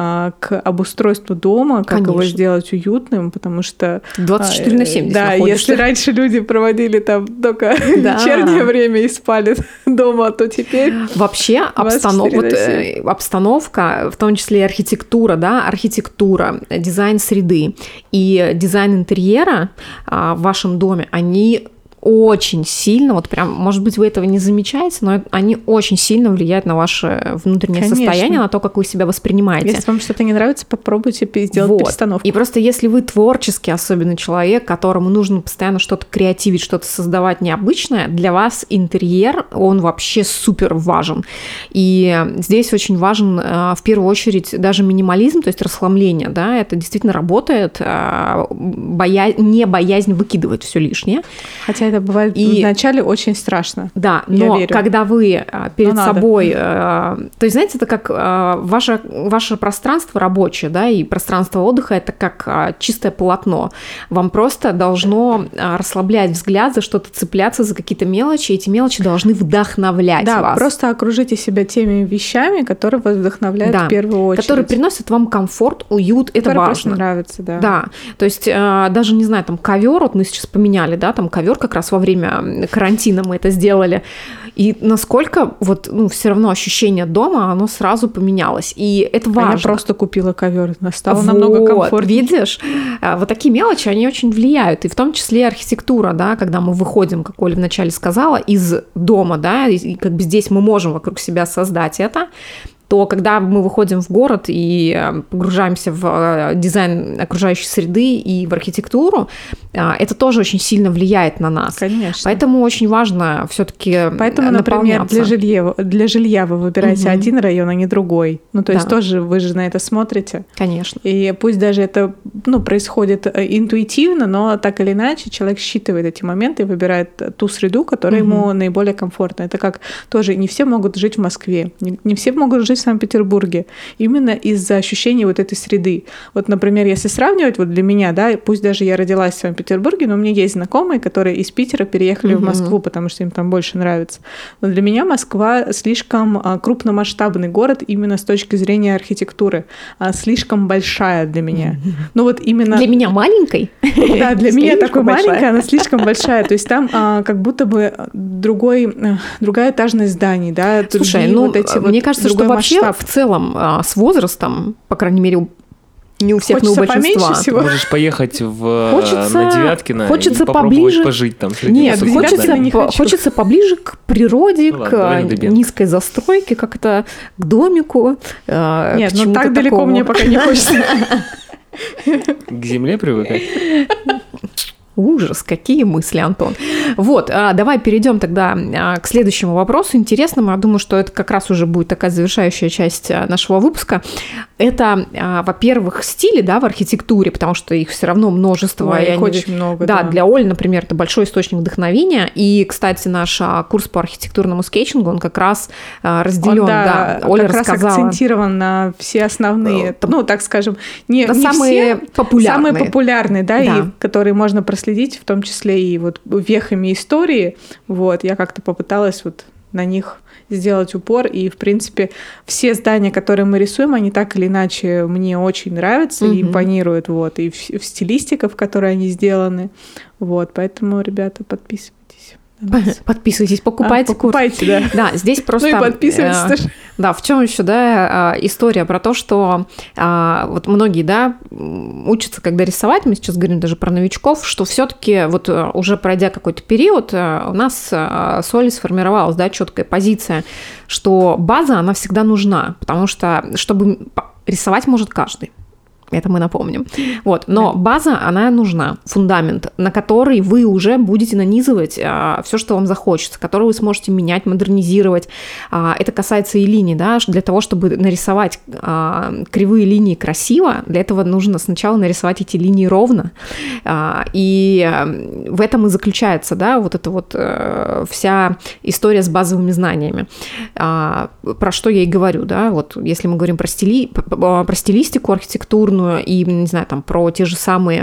к обустройству дома, как Конечно. Его сделать уютным, потому что... двадцать четыре на семь Да, если раньше люди проводили там только да. вечернее время и спали дома, то теперь... Вообще обстанов... вот, обстановка, в том числе и архитектура, да, архитектура, дизайн среды и дизайн интерьера в вашем доме, они... очень сильно, вот прям, может быть, вы этого не замечаете, но они очень сильно влияют на ваше внутреннее Конечно. Состояние, на то, как вы себя воспринимаете. Если вам что-то не нравится, попробуйте сделать вот. Перестановку. И просто если вы творческий особенно человек, которому нужно постоянно что-то креативить, что-то создавать необычное, для вас интерьер, он вообще супер важен. И здесь очень важен в первую очередь даже минимализм, то есть расхламление, да, это действительно работает, боя... не боязнь выкидывать все лишнее. Хотя это бывает и... вначале очень страшно. Да, но когда вы перед но собой... Надо. То есть, знаете, это как ваше, ваше пространство рабочее, да, и пространство отдыха — это как чистое полотно. Вам просто должно расслаблять взгляд, за что-то цепляться, за какие-то мелочи, и эти мелочи должны вдохновлять да, вас. Да, просто окружите себя теми вещами, которые вас вдохновляют да, в первую очередь. Которые приносят вам комфорт, уют, это важно. Просто нравится, да. Да, то есть даже, не знаю, там ковер, вот мы сейчас поменяли, да, там ковер как раз во время карантина мы это сделали, и насколько вот, ну, все равно ощущение дома, оно сразу поменялось, и это важно. А я просто купила ковер, стало вот, намного комфортнее. Видишь, вот такие мелочи, они очень влияют, и в том числе архитектура, да, когда мы выходим, как Оля вначале сказала, из дома, да, и как бы здесь мы можем вокруг себя создать это, то когда мы выходим в город и погружаемся в дизайн окружающей среды и в архитектуру, это тоже очень сильно влияет на нас. Конечно. Поэтому очень важно все-таки Поэтому, например, для жилья, для жилья вы выбираете угу. один район, а не другой. Ну, то есть да. тоже вы же на это смотрите. Конечно. И пусть даже это ну, происходит интуитивно, но так или иначе человек считывает эти моменты и выбирает ту среду, которая угу. ему наиболее комфортна. Это как тоже не все могут жить в Москве, не, не все могут жить в Санкт-Петербурге, именно из-за ощущения вот этой среды. Вот, например, если сравнивать, вот для меня, да, пусть даже я родилась в Санкт-Петербурге, но у меня есть знакомые, которые из Питера переехали угу. в Москву, потому что им там больше нравится. Но для меня Москва слишком крупномасштабный город именно с точки зрения архитектуры, слишком большая для меня. Ну вот именно... Для меня маленькой? Да, для меня такой маленькая, она слишком большая. То есть там как будто бы другой, другая этажность зданий, да. Слушай, ну, мне кажется, что вообще в целом с возрастом, по крайней мере, не у всех, хочется но у большинства. Всего. Можешь поехать в, хочется, на Девяткино хочется и попробовать поближе, пожить там. Нет, хочется, не по, хочется поближе к природе, ну, к ладно, низкой застройке, как-то к домику. Нет, ну так далеко такому. Мне пока не хочется. К земле привыкать? Ужас, какие мысли, Антон. Вот, давай перейдем тогда к следующему вопросу, интересному. Я думаю, что это как раз уже будет такая завершающая часть нашего выпуска. Это, во-первых, стили, да, в архитектуре, потому что их все равно множество. Ой, их они... очень много, да. Да, для Оли, например, это большой источник вдохновения. И, кстати, наш курс по архитектурному скетчингу, он как раз разделен. Он, да, да, Оля как рассказала. раз акцентирован на все основные, Там... ну, так скажем, не, на не самые все, популярные. Самые популярные, да, да, и которые можно проследить, в том числе и вот вехами истории. Вот, я как-то попыталась вот на них сделать упор, и, в принципе, все здания, которые мы рисуем, они так или иначе мне очень нравятся и Мгм. импонируют, вот, и в, в стилистика, в которой они сделаны, вот, поэтому, ребята, подписывайтесь. Подписывайтесь, покупайте а, покупайте, курс. Да. Да, здесь просто... Ну и подписывайтесь э, тоже. Да, в чем еще, да, история про то, что а, вот многие, да, учатся, когда рисовать, мы сейчас говорим даже про новичков, что все-таки вот уже пройдя какой-то период, у нас с Олей сформировалась, да, четкая позиция, что база, она всегда нужна, потому что, чтобы рисовать может каждый. Это мы напомним. Вот. Но база, она нужна, фундамент, на который вы уже будете нанизывать а, все, что вам захочется, который вы сможете менять, модернизировать. А, это касается и линий, да, для того, чтобы нарисовать а, кривые линии красиво, для этого нужно сначала нарисовать эти линии ровно. А, и в этом и заключается, да, вот эта вот а, вся история с базовыми знаниями. А, про что я и говорю, да, вот если мы говорим про, стили, про стилистику архитектурную, и, не знаю, там, про те же самые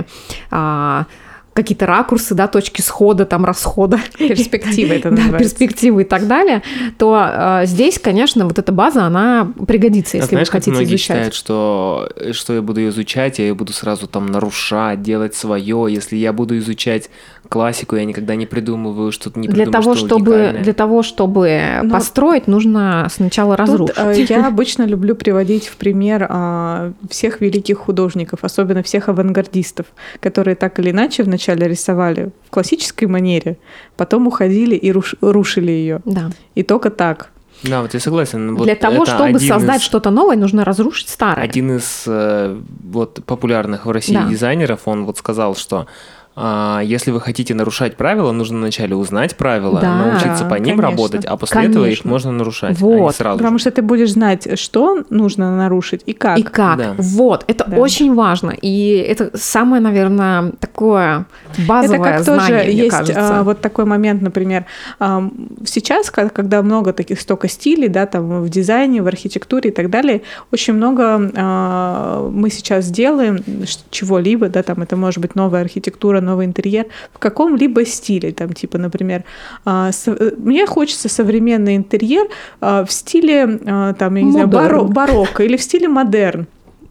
а, какие-то ракурсы, да, точки схода, там, расхода. Перспективы это называется. Да, перспективы и так далее, то а, здесь, конечно, вот эта база, она пригодится, если а знаешь, вы хотите как многие изучать. считают, что, что я буду ее изучать, я ее буду сразу там нарушать, делать свое. Если я буду изучать классику, я никогда не придумываю что-то, не придумаю, для того, что чтобы, уникальное. Для того, чтобы Но построить, нужно сначала разрушить. Тут, я обычно люблю приводить в пример а, всех великих художников, особенно всех авангардистов, которые так или иначе вначале рисовали в классической манере, потом уходили и руш, рушили ее. Да. И только так. Да, вот я согласен. Вот для того, чтобы создать из... что-то новое, нужно разрушить старое. Один из э, вот, популярных в России да. дизайнеров, он вот сказал, что а, если вы хотите нарушать правила, нужно вначале узнать правила, Да, научиться да, по ним конечно. работать, а после Конечно. этого их можно нарушать, Вот. а не сразу. Потому что ты будешь знать, что нужно нарушить и как. И как. Да. Вот. Это Да. очень важно. И это самое, наверное, такое базовое Это как знание, тоже мне есть кажется. а, вот такой момент, например, а, сейчас, ка- когда много таких столько стилей, да, там в дизайне, в архитектуре и так далее, очень много а, мы сейчас делаем ш- чего-либо, да, там это может быть новая архитектура, новый интерьер в каком-либо стиле, там типа, например, а, со- мне хочется современный интерьер а, в стиле, а, там, я не знаю, Модерн. баро- барокко или в стиле модерн.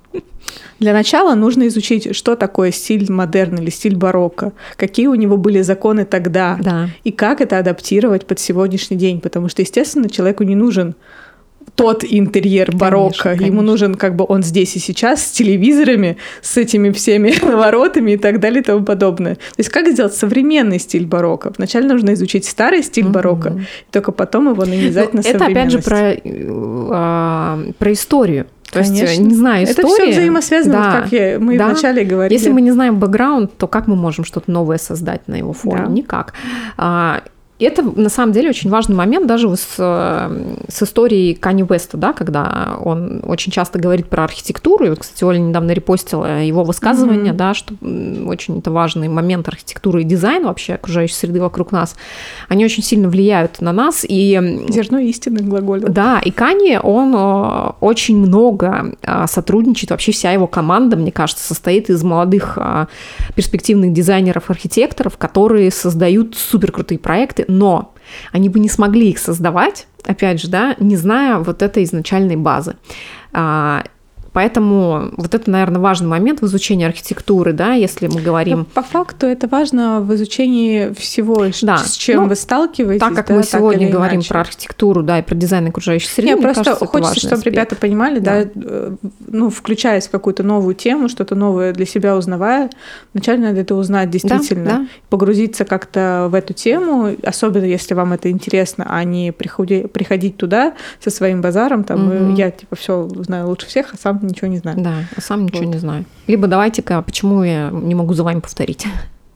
Для начала нужно изучить, что такое стиль модерн или стиль барокко, какие у него были законы тогда, Да. и как это адаптировать под сегодняшний день, потому что, естественно, человеку не нужен тот интерьер барокко, Конечно, ему конечно. нужен как бы он здесь и сейчас с телевизорами, с этими всеми наворотами и так далее и тому подобное. То есть как сделать современный стиль барокко? Вначале нужно изучить старый стиль Мгм. барокко, и только потом его нанизать Ну, на это опять же современность. про, э, а, про историю. То есть, Конечно. не знаю Это истории. все взаимосвязано, да, вот как я, мы да. вначале говорили. Если мы не знаем бэкграунд, то как мы можем что-то новое создать на его фоне? Да. Никак. А, это на самом деле очень важный момент даже вот с, с историей Канье Уэста, да, когда он очень часто говорит про архитектуру. И вот, кстати, Оля недавно репостила его высказывание, Мгм. да, что м, очень это важный момент архитектуры и дизайн вообще окружающей среды вокруг нас. Они очень сильно влияют на нас. И м, Зерно истины глаголил. да, и Канье, он э, очень много э, сотрудничает, вообще вся его команда, мне кажется, состоит из молодых э, перспективных дизайнеров, архитекторов, которые создают суперкрутые проекты, но они бы не смогли их создавать, опять же, да, не зная вот этой изначальной базы. А, Поэтому вот это, наверное, важный момент в изучении архитектуры, да, если мы говорим... Но по факту это важно в изучении всего, Да. с чем Ну, вы сталкиваетесь. Так как да, мы так сегодня или говорим иначе. про архитектуру, да, и про дизайн окружающей среды, Нет, мне просто кажется, это хочется, важный чтобы аспект. ребята понимали, да. Да. э, ну, включаясь в какую-то новую тему, что-то новое для себя узнавая, вначале надо это узнать действительно, Да, да. погрузиться как-то в эту тему, особенно если вам это интересно, а не приходи, приходить туда со своим базаром, там, Мгм. и я типа все знаю лучше всех, а сам ничего не знаю. Да, а сам ничего Вот. не знаю. Либо давайте-ка, почему я не могу за вами повторить.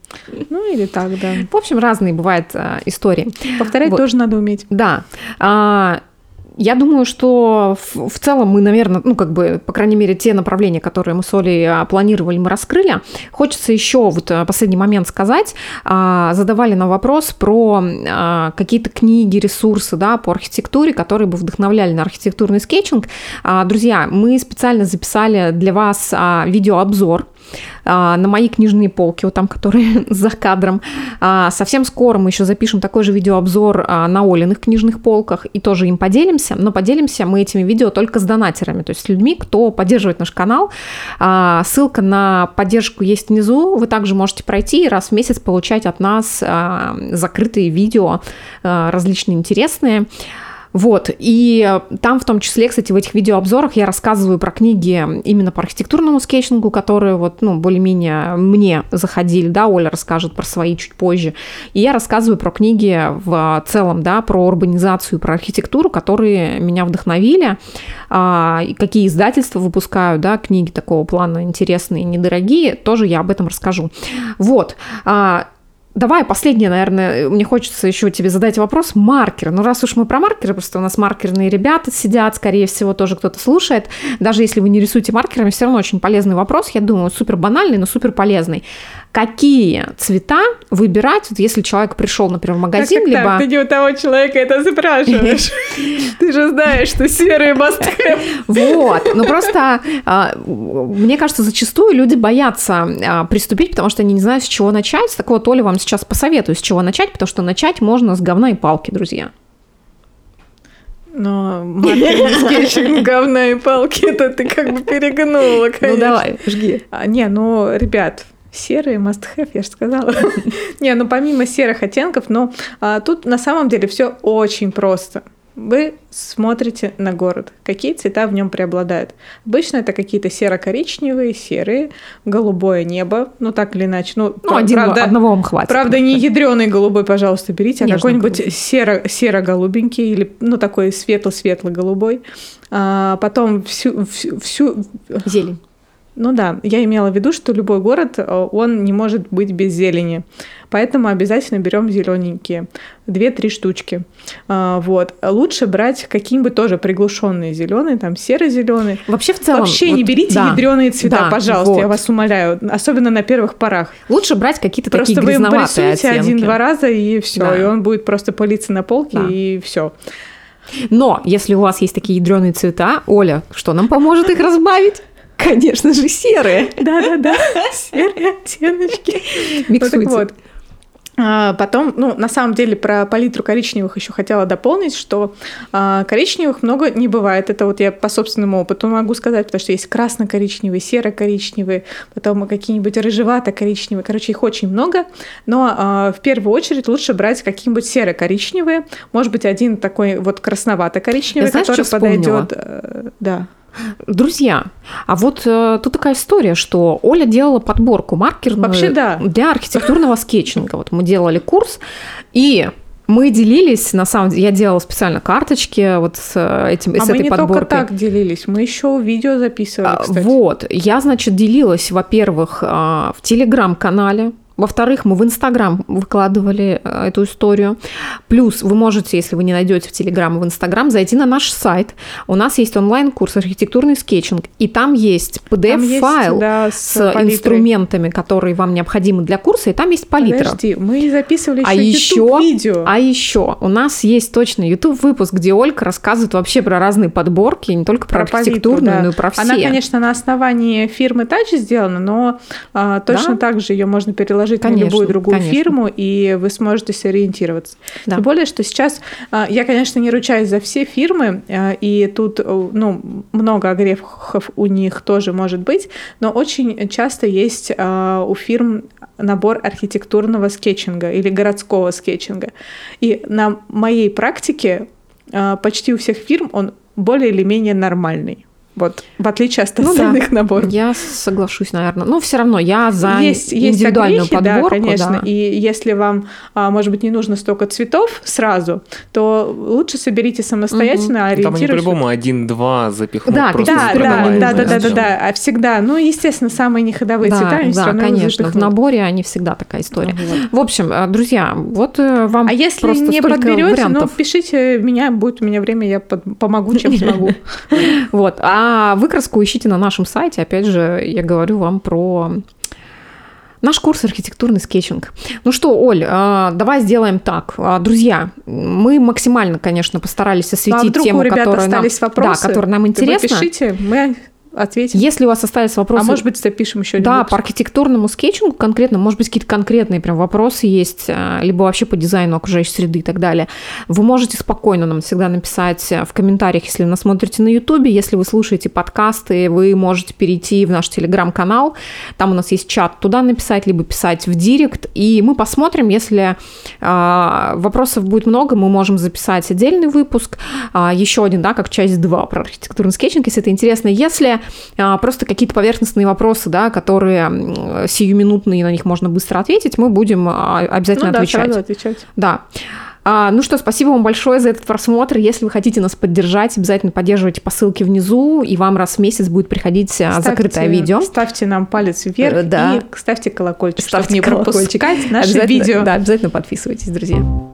Ну или так, да. В общем, разные бывают а, истории. Повторять Вот. тоже надо уметь. Да. А, Я думаю, что в, в целом мы, наверное, ну, как бы, по крайней мере, те направления, которые мы с Олей а, планировали, мы раскрыли. Хочется еще вот а, последний момент сказать. А, Задавали нам вопрос про а, какие-то книги, ресурсы, да, по архитектуре, которые бы вдохновляли на архитектурный скетчинг. А, Друзья, мы специально записали для вас а, видеообзор на мои книжные полки, вот там, которые за кадром. Совсем скоро мы еще запишем такой же видеообзор на Олиных книжных полках и тоже им поделимся, но поделимся мы этими видео только с донатерами, то есть с людьми, кто поддерживает наш канал. Ссылка на поддержку есть внизу, вы также можете пройти и раз в месяц получать от нас закрытые видео, различные интересные. Вот, и там в том числе, кстати, в этих видеообзорах я рассказываю про книги именно по архитектурному скетчингу, которые вот, ну, более-менее мне заходили, да, Оля расскажет про свои чуть позже, и я рассказываю про книги в целом, да, про урбанизацию, про архитектуру, которые меня вдохновили, а, и какие издательства выпускают, да, книги такого плана интересные, недорогие, тоже я об этом расскажу. Вот, а, Давай, последнее, наверное, мне хочется еще тебе задать вопрос. Маркеры. Ну, раз уж мы про маркеры, просто у нас маркерные ребята сидят, скорее всего, тоже кто-то слушает. Даже если вы не рисуете маркерами, все равно очень полезный вопрос. Я думаю, супер банальный, но супер полезный. Какие цвета выбирать, вот если человек пришел, например, в магазин, как либо... Так, ты не у того человека это спрашиваешь. Ты же знаешь, что серые must have. Вот, ну просто, мне кажется, зачастую люди боятся приступить, потому что они не знают, с чего начать. Так вот, Оля вам сейчас посоветую, с чего начать, потому что начать можно с говна и палки, друзья. Но маркерный скетчинг, говна и палки, это ты как бы перегнула, конечно. Ну давай, жги. А, не, ну, ребят, серые must have, я же сказала. Не, ну помимо серых оттенков, но а, тут на самом деле все очень просто. Вы смотрите на город, какие цвета в нем преобладают. Обычно это какие-то серо-коричневые, серые, голубое небо, ну так или иначе. Ну, ну один, правда, одного вам хватит. Правда, не ядреный голубой, пожалуйста, берите, а какой-нибудь голубой. серо- серо-голубенький или ну такой светло-светло-голубой. А потом всю, всю, всю... Зелень. Ну да, я имела в виду, что любой город, он не может быть без зелени. Поэтому обязательно берем зелененькие. Две-три штучки. Вот. Лучше брать какие-нибудь тоже приглушенные зеленые, там серо-зеленые. Вообще в целом... Вообще вот, не берите да, ядреные цвета, да, пожалуйста, вот. Я вас умоляю. Особенно на первых порах. Лучше брать какие-то просто такие грязноватые оттенки. Просто вы им порисуете один-два раза, и все, да. и он будет просто пылиться на полке, да. и все. Но если у вас есть такие ядреные цвета, Оля, что нам поможет их разбавить? Конечно же, серые. Да-да-да, серые оттеночки. Миксуйте. Вот, вот. А потом, ну, на самом деле, про палитру коричневых еще хотела дополнить, что а, коричневых много не бывает. Это вот я по собственному опыту могу сказать, потому что есть красно-коричневые, серо-коричневые, потом какие-нибудь рыжевато-коричневые. Короче, их очень много. Но а, в первую очередь лучше брать какие-нибудь серо-коричневые. Может быть, один такой вот красновато-коричневый, знаешь, который подойдет. Да. Друзья, а вот э, тут такая история, что Оля делала подборку маркерную Вообще, да. для архитектурного скетчинга. Вот мы делали курс, и мы делились, на самом деле, я делала специально карточки вот с, этим, а с этой подборкой. А мы не подборкой. только так делились, мы еще видео записывали, кстати. Вот, я, значит, делилась, во-первых, в Телеграм-канале. Во-вторых, мы в Инстаграм выкладывали эту историю. Плюс вы можете, если вы не найдете в Телеграм и в Инстаграм, зайти на наш сайт. У нас есть онлайн-курс «Архитектурный скетчинг», и там есть пи ди эф-файл да, с, с инструментами, которые вам необходимы для курса, и там есть палитра. Подожди, мы записывали а еще YouTube-видео. А еще у нас есть точно YouTube-выпуск, где Ольга рассказывает вообще про разные подборки, не только про, про архитектурную, палитру, да. но и про все. Она, конечно, на основании фирмы Touch сделана, но а, точно да? так же ее можно переложить конечно, на любую другую конечно. фирму, и вы сможете сориентироваться. Да. Тем более, что сейчас я, конечно, не ручаюсь за все фирмы, и тут ну, много огрехов у них тоже может быть, но очень часто есть у фирм набор архитектурного скетчинга или городского скетчинга. И на моей практике почти у всех фирм он более или менее нормальный. Вот, в отличие от остальных ну, да. наборов. Я соглашусь, наверное. Но все равно я за есть, индивидуальную есть огрехи, подборку. Да, конечно. Да. И если вам, может быть, не нужно столько цветов сразу, то лучше соберите самостоятельно, угу. ориентируйтесь. Там они по-любому один-два запихнут. Да, просто да, да, да, да, да, да, да. А всегда, ну, естественно, самые неходовые да, цвета, они да, все равно конечно. В наборе они всегда такая история. Вот. В общем, друзья, вот вам а если просто не столько подберете, вариантов. Ну, пишите меня, будет у меня время, я помогу, чем смогу. Вот. А выкраску ищите на нашем сайте. Опять же, я говорю вам про наш курс «Архитектурный скетчинг». Ну что, Оль, давай сделаем так. Друзья, мы максимально, конечно, постарались осветить а вдруг тему, у ребят которая остались нам, вопросы, да, которая нам интересна. Вы пишите, мы ответим. Если у вас остались вопросы... А может быть, запишем еще один Да, выпуск. по архитектурному скетчингу конкретно, может быть, какие-то конкретные прям вопросы есть, либо вообще по дизайну окружающей среды и так далее. Вы можете спокойно нам всегда написать в комментариях, если вы нас смотрите на Ютубе, если вы слушаете подкасты, вы можете перейти в наш Телеграм-канал, там у нас есть чат, туда написать, либо писать в директ, и мы посмотрим, если э, вопросов будет много, мы можем записать отдельный выпуск, э, еще один, да, как часть два про архитектурный скетчинг, если это интересно. Если просто какие-то поверхностные вопросы, да, которые сиюминутные, на них можно быстро ответить, мы будем обязательно ну, да, отвечать. Сразу отвечать. Да. А, ну что, спасибо вам большое за этот просмотр. Если вы хотите нас поддержать, обязательно поддерживайте по ссылке внизу, и вам раз в месяц будет приходить ставьте, закрытое видео. Ставьте нам палец вверх да. и ставьте колокольчик, ставьте чтобы не колокольчик. пропускать наши обязательно, видео. Да, обязательно подписывайтесь, друзья.